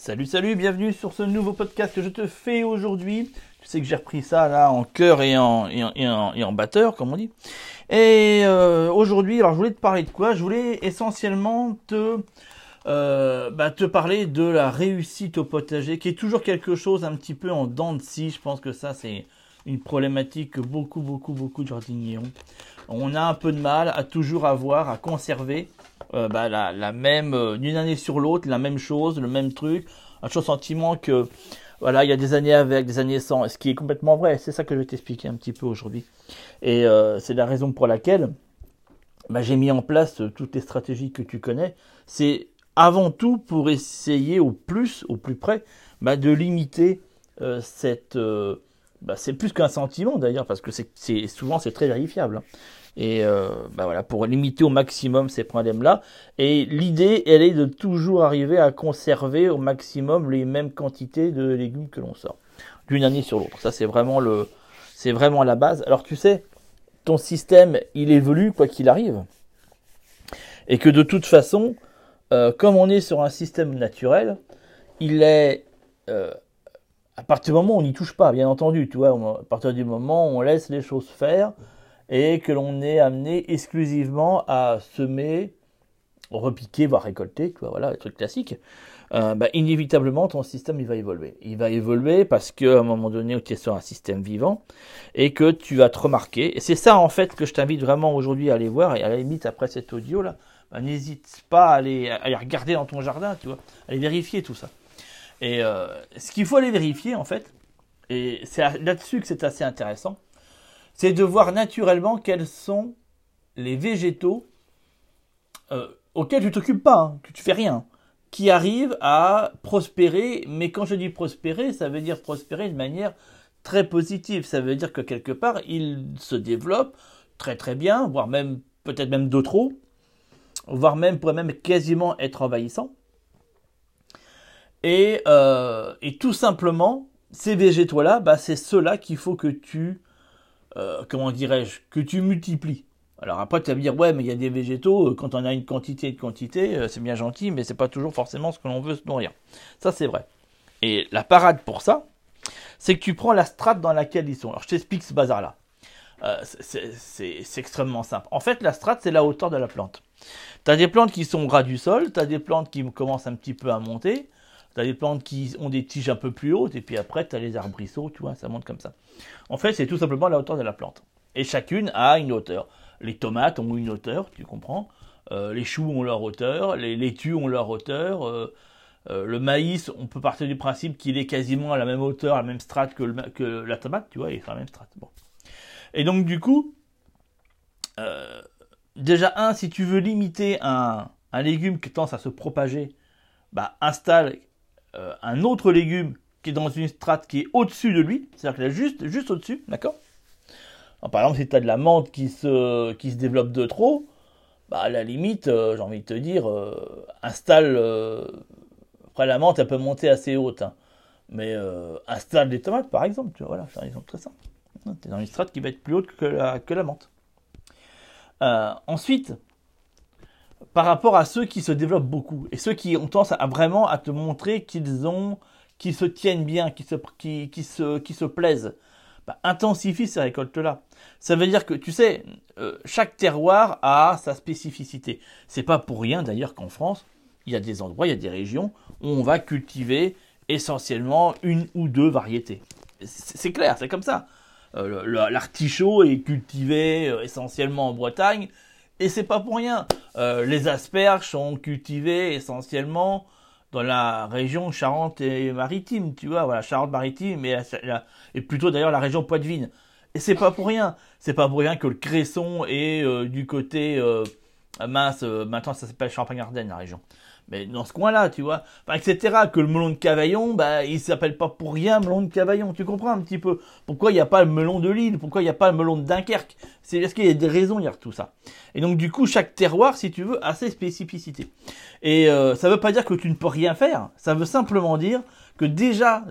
Salut, salut, bienvenue sur ce nouveau podcast que je te fais aujourd'hui. Tu sais que j'ai repris ça là en chœur et en batteur, comme on dit. Et aujourd'hui, alors je voulais te parler de quoi? Je voulais essentiellement te parler de la réussite au potager, qui est toujours quelque chose un petit peu en dents de scie. Je pense que ça, c'est une problématique que beaucoup de jardiniers ont. On a un peu de mal à toujours à conserver la même, d'une année sur l'autre, la même chose, le même truc. Un chose sentiment que, voilà, il y a des années avec, des années sans, ce qui est complètement vrai. C'est ça que je vais t'expliquer un petit peu aujourd'hui. Et c'est la raison pour laquelle j'ai mis en place toutes les stratégies que tu connais. C'est avant tout pour essayer au plus près, de limiter c'est plus qu'un sentiment d'ailleurs, parce que souvent c'est très vérifiable. Hein. Et voilà, pour limiter au maximum ces problèmes-là. Et l'idée, elle est de toujours arriver à conserver au maximum les mêmes quantités de légumes que l'on sort, d'une année sur l'autre. Ça, c'est vraiment la base. Alors tu sais, ton système, il évolue quoi qu'il arrive. Et que de toute façon, comme on est sur un système naturel, il est... à partir du moment où on n'y touche pas, bien entendu, tu vois, à partir du moment où on laisse les choses faire et que l'on est amené exclusivement à semer, repiquer, voire récolter, tu vois, voilà, le truc classique, inévitablement ton système il va évoluer. Il va évoluer parce qu'à un moment donné, tu es sur un système vivant et que tu vas te remarquer. Et c'est ça en fait que je t'invite vraiment aujourd'hui à aller voir, et à la limite après cet audio là, n'hésite pas à aller regarder dans ton jardin, tu vois, à aller vérifier tout ça. Et ce qu'il faut aller vérifier en fait, et c'est là-dessus que c'est assez intéressant, c'est de voir naturellement quels sont les végétaux auxquels tu t'occupes pas, hein, que tu fais rien, qui arrivent à prospérer. Mais quand je dis prospérer, ça veut dire prospérer de manière très positive. Ça veut dire que quelque part, ils se développent très très bien, voire même peut-être même de trop, voire même pourrait même quasiment être envahissant. Et tout simplement, ces végétaux-là, c'est ceux-là qu'il faut que tu, que tu multiplies. Alors après, tu vas me dire, ouais, mais il y a des végétaux, quand on a une quantité, c'est bien gentil, mais c'est pas toujours forcément ce que l'on veut se nourrir. Ça, c'est vrai. Et la parade pour ça, c'est que tu prends la strate dans laquelle ils sont. Alors je t'explique ce bazar-là. C'est extrêmement simple. En fait, la strate, c'est la hauteur de la plante. Tu as des plantes qui sont au ras du sol, tu as des plantes qui commencent un petit peu à monter, tu as des plantes qui ont des tiges un peu plus hautes, et puis après, tu as les arbrisseaux, tu vois, ça monte comme ça. En fait, c'est tout simplement la hauteur de la plante. Et chacune a une hauteur. Les tomates ont une hauteur, tu comprends. Les choux ont leur hauteur, les laitues ont leur hauteur. Le maïs, on peut partir du principe qu'il est quasiment à la même hauteur, à la même strate que la tomate, tu vois, il est sur la même strate. Bon. Et donc, du coup, déjà, si tu veux limiter un légume qui tend à se propager, installe un autre légume qui est dans une strate qui est au-dessus de lui, c'est-à-dire qu'elle est juste au-dessus, d'accord? Alors, par exemple, si tu as de la menthe qui se développe de trop, à la limite, j'ai envie de te dire, installe... après, la menthe, elle peut monter assez haute, hein, mais installe des tomates, par exemple, tu vois, voilà, c'est un exemple très simple. Tu es dans une strate qui va être plus haute que la menthe. Ensuite, par rapport à ceux qui se développent beaucoup et ceux qui ont tendance à vraiment à te montrer qu'ils se tiennent bien, qui se plaisent, intensifie ces récoltes-là. Ça veut dire que, tu sais, chaque terroir a sa spécificité. C'est pas pour rien d'ailleurs qu'en France, il y a des endroits, il y a des régions où on va cultiver essentiellement une ou deux variétés. C'est clair, c'est comme ça. L'artichaut est cultivé essentiellement en Bretagne, et c'est pas pour rien. Les asperges sont cultivées essentiellement dans la région Charente-Maritime, tu vois, voilà, Charente-Maritime et plutôt d'ailleurs la région Poitevine. Et c'est pas pour rien. C'est pas pour rien que le Cresson est du côté maintenant ça s'appelle Champagne-Ardenne la région. Mais dans ce coin-là, tu vois, etc. Que le melon de Cavaillon, il s'appelle pas pour rien melon de Cavaillon. Tu comprends un petit peu pourquoi il n'y a pas le melon de Lille, pourquoi il n'y a pas le melon de Dunkerque. C'est parce qu'il y a des raisons derrière tout ça. Et donc du coup, chaque terroir, si tu veux, a ses spécificités. Et ça veut pas dire que tu ne peux rien faire. Ça veut simplement dire que déjà,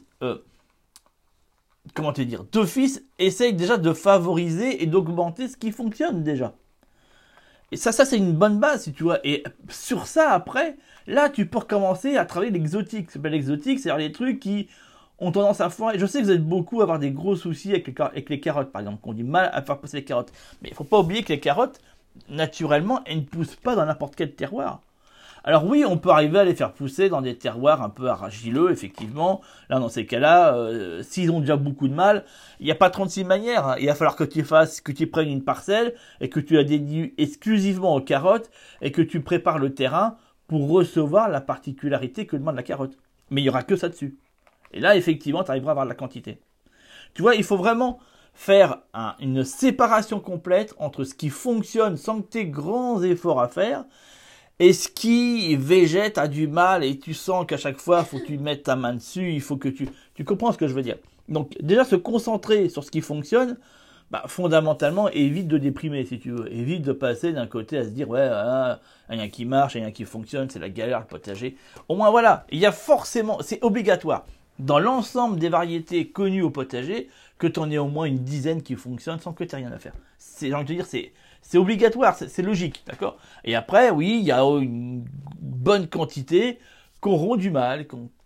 comment te dire, d'office, essaye déjà de favoriser et d'augmenter ce qui fonctionne déjà. Et ça c'est une bonne base, si tu vois. Et sur ça, après, là, tu peux recommencer à travailler l'exotique. Ça s'appelle l'exotique, c'est-à-dire les trucs qui ont tendance à foirer. Je sais que vous êtes beaucoup à avoir des gros soucis avec les carottes, par exemple, qu'on dit mal à faire pousser les carottes. Mais il faut pas oublier que les carottes, naturellement, elles ne poussent pas dans n'importe quel terroir. Alors oui, on peut arriver à les faire pousser dans des terroirs un peu argileux, effectivement. Là, dans ces cas-là, s'ils ont déjà beaucoup de mal, il n'y a pas 36 manières. Hein. Il va falloir que tu prennes une parcelle et que tu la dédies exclusivement aux carottes et que tu prépares le terrain pour recevoir la particularité que demande la carotte. Mais il n'y aura que ça dessus. Et là, effectivement, tu arriveras à avoir de la quantité. Tu vois, il faut vraiment faire une séparation complète entre ce qui fonctionne sans que tu aies grands efforts à faire et ce qui végète a du mal et tu sens qu'à chaque fois, il faut que tu mettes ta main dessus, il faut que tu comprends ce que je veux dire. Donc déjà, se concentrer sur ce qui fonctionne, fondamentalement, évite de déprimer, si tu veux. Évite de passer d'un côté à se dire, ouais, il y en a qui marche, il y en a qui fonctionne, c'est la galère, le potager. Au moins, voilà, il y a forcément, c'est obligatoire, dans l'ensemble des variétés connues au potager, que tu en aies au moins une dizaine qui fonctionnent sans que tu aies rien à faire. J'ai envie de te dire, c'est obligatoire, c'est logique, d'accord? Et après, oui, il y a une bonne quantité qui auront du mal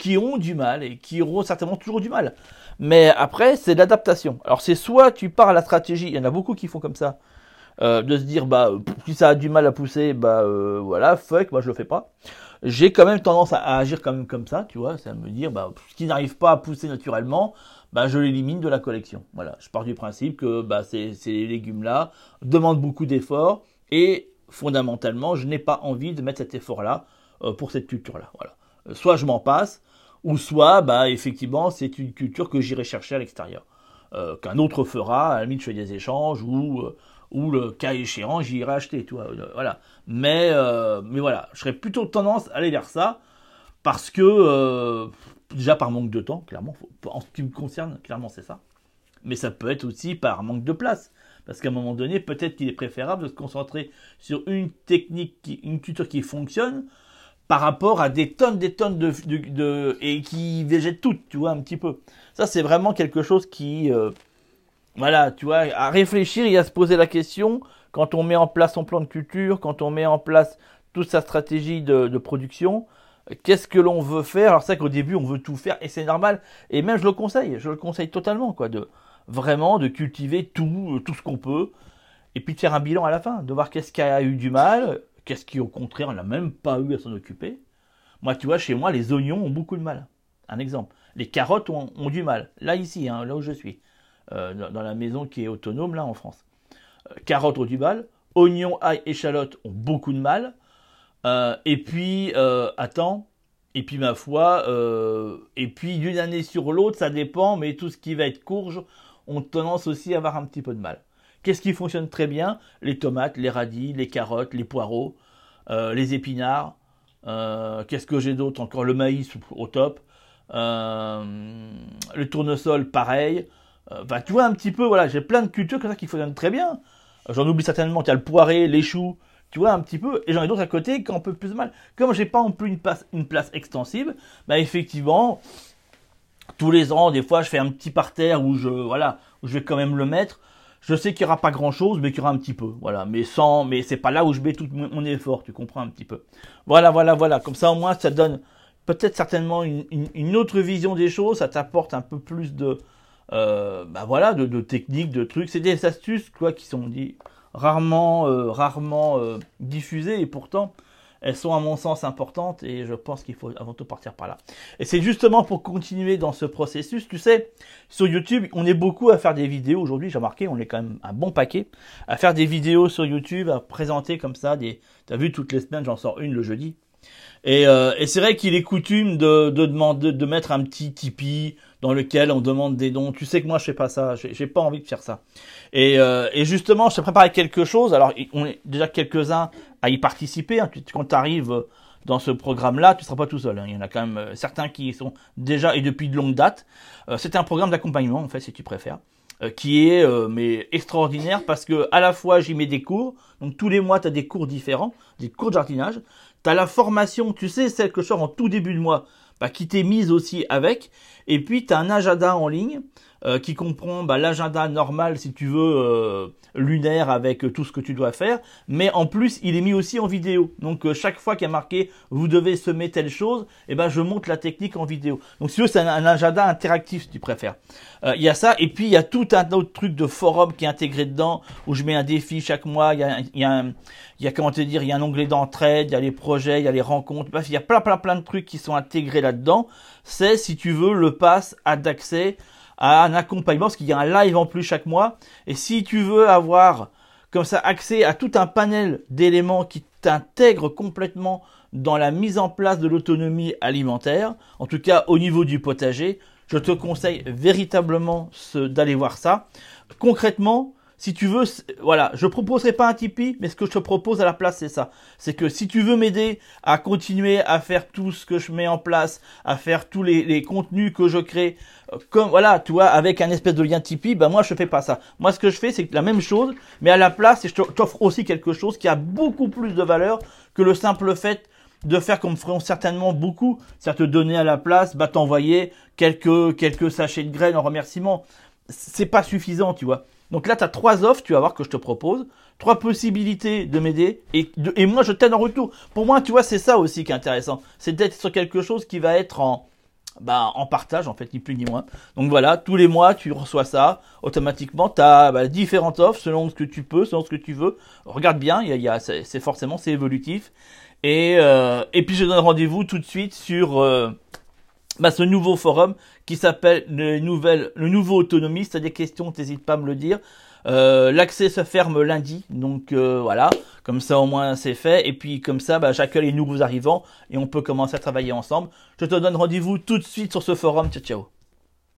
et qui auront certainement toujours du mal. Mais après, c'est l'adaptation. Alors, c'est soit tu pars à la stratégie, il y en a beaucoup qui font comme ça, de se dire, si ça a du mal à pousser, voilà, fuck, moi je le fais pas. J'ai quand même tendance à agir quand même comme ça, tu vois, c'est à me dire, ce qui n'arrive pas à pousser naturellement, je l'élimine de la collection. Voilà, je pars du principe que ces légumes-là demandent beaucoup d'efforts et fondamentalement, je n'ai pas envie de mettre cet effort-là pour cette culture-là. Voilà, soit je m'en passe, ou soit effectivement c'est une culture que j'irai chercher à l'extérieur, qu'un autre fera. À la limite, je fais des échanges ou le cas échéant, j'irai acheter, tu vois, voilà. Mais voilà, je serais plutôt tendance à aller vers ça parce que déjà par manque de temps, clairement, en ce qui me concerne, clairement c'est ça. Mais ça peut être aussi par manque de place. Parce qu'à un moment donné, peut-être qu'il est préférable de se concentrer sur une technique, une culture qui fonctionne par rapport à des tonnes et qui végètent toutes, tu vois, un petit peu. Ça, c'est vraiment quelque chose qui, voilà, tu vois, à réfléchir et à se poser la question quand on met en place son plan de culture, quand on met en place toute sa stratégie de production. Qu'est-ce que l'on veut faire? Alors c'est vrai qu'au début on veut tout faire et c'est normal. Et même je le conseille totalement, quoi, vraiment de cultiver tout ce qu'on peut et puis de faire un bilan à la fin, de voir qu'est-ce qui a eu du mal, qu'est-ce qui au contraire n'a même pas eu à s'en occuper. Moi, tu vois, chez moi les oignons ont beaucoup de mal. Un exemple, les carottes ont du mal. Là ici, hein, là où je suis, dans la maison qui est autonome là en France. Carottes ont du mal, oignons, ail, échalotes ont beaucoup de mal. Et puis ma foi, et puis d'une année sur l'autre, ça dépend, mais tout ce qui va être courge ont tendance aussi à avoir un petit peu de mal. Qu'est-ce qui fonctionne très bien? Les tomates, les radis, les carottes, les poireaux, les épinards. Qu'est-ce que j'ai d'autre encore? Le maïs au top. Le tournesol, pareil. Tu vois un petit peu, voilà, j'ai plein de cultures comme ça qui fonctionnent très bien. J'en oublie certainement, il y a le poiré, les choux. Tu vois un petit peu, et j'en ai d'autres à côté qui ont un peu plus de mal. Comme j'ai pas non plus une place extensive, effectivement, tous les ans, des fois, je fais un petit parterre où je vais quand même le mettre. Je sais qu'il y aura pas grand chose, mais qu'il y aura un petit peu, voilà. Mais c'est pas là où je mets tout mon effort, tu comprends un petit peu. Voilà. Comme ça, au moins, ça donne peut-être certainement une autre vision des choses. Ça t'apporte un peu plus de techniques, de trucs. C'est des astuces, quoi, qui sont dit rarement diffusées et pourtant elles sont à mon sens importantes et je pense qu'il faut avant tout partir par là. Et c'est justement pour continuer dans ce processus, tu sais, sur YouTube, on est beaucoup à faire des vidéos aujourd'hui, j'ai remarqué, on est quand même un bon paquet à faire des vidéos sur YouTube, à présenter comme ça t'as vu toutes les semaines, j'en sors une le jeudi. Et c'est vrai qu'il est coutume de mettre un petit Tipeee dans lequel on demande des dons. Tu sais que moi je fais pas ça, j'ai pas envie de faire ça. Et justement, je t'ai préparé quelque chose. Alors, on est déjà quelques-uns à y participer. Hein. Quand tu arrives dans ce programme-là, tu seras pas tout seul. Hein. Il y en a quand même certains qui sont déjà et depuis de longue date. C'est un programme d'accompagnement, en fait, si tu préfères, qui est mais extraordinaire parce que à la fois j'y mets des cours. Donc tous les mois, tu as des cours différents, des cours de jardinage. Tu as la formation, tu sais, celle que je sors en tout début de mois, qui t'est mise aussi avec. Et puis, tu as un agenda en ligne qui comprend l'agenda normal, si tu veux, lunaire avec tout ce que tu dois faire, mais en plus il est mis aussi en vidéo. Donc chaque fois qu'il y a marqué vous devez semer telle chose, et ben je montre la technique en vidéo. Donc si tu veux, c'est un agenda interactif si tu préfères. Il y a ça, et puis il y a tout un autre truc de forum qui est intégré dedans, où je mets un défi chaque mois. Il y a comment te dire, il y a un onglet d'entraide, il y a les projets, il y a les rencontres, bref, il y a plein de trucs qui sont intégrés là-dedans. C'est, si tu veux, le pass d'accès à un accompagnement, parce qu'il y a un live en plus chaque mois. Et si tu veux avoir comme ça accès à tout un panel d'éléments qui t'intègrent complètement dans la mise en place de l'autonomie alimentaire, en tout cas au niveau du potager, je te conseille véritablement d'aller voir ça. Concrètement, si tu veux, voilà, je proposerai pas un Tipeee, mais ce que je te propose à la place, c'est ça. C'est que si tu veux m'aider à continuer à faire tout ce que je mets en place, à faire tous les contenus que je crée, comme, voilà, tu vois, avec un espèce de lien Tipeee, moi, je fais pas ça. Moi, ce que je fais, c'est la même chose, mais à la place, je t'offre aussi quelque chose qui a beaucoup plus de valeur que le simple fait de faire comme feront certainement beaucoup, c'est-à-dire te donner à la place, t'envoyer quelques sachets de graines en remerciement. C'est pas suffisant, tu vois. Donc là, tu as 3 offres, tu vas voir, que je te propose. 3 possibilités de m'aider. Et moi, je t'aide en retour. Pour moi, tu vois, c'est ça aussi qui est intéressant. C'est d'être sur quelque chose qui va être en partage, en fait, ni plus ni moins. Donc voilà, tous les mois, tu reçois ça. Automatiquement, tu as différentes offres selon ce que tu peux, selon ce que tu veux. Regarde bien, c'est forcément, c'est évolutif. Et puis, je donne rendez-vous tout de suite sur ce nouveau forum qui s'appelle le nouveau autonomie. Si tu as des questions, n'hésite pas à me le dire. L'accès se ferme lundi, donc voilà, comme ça au moins c'est fait. Et puis comme ça, j'accueille les nouveaux arrivants et on peut commencer à travailler ensemble. Je te donne rendez-vous tout de suite sur ce forum. Ciao, ciao.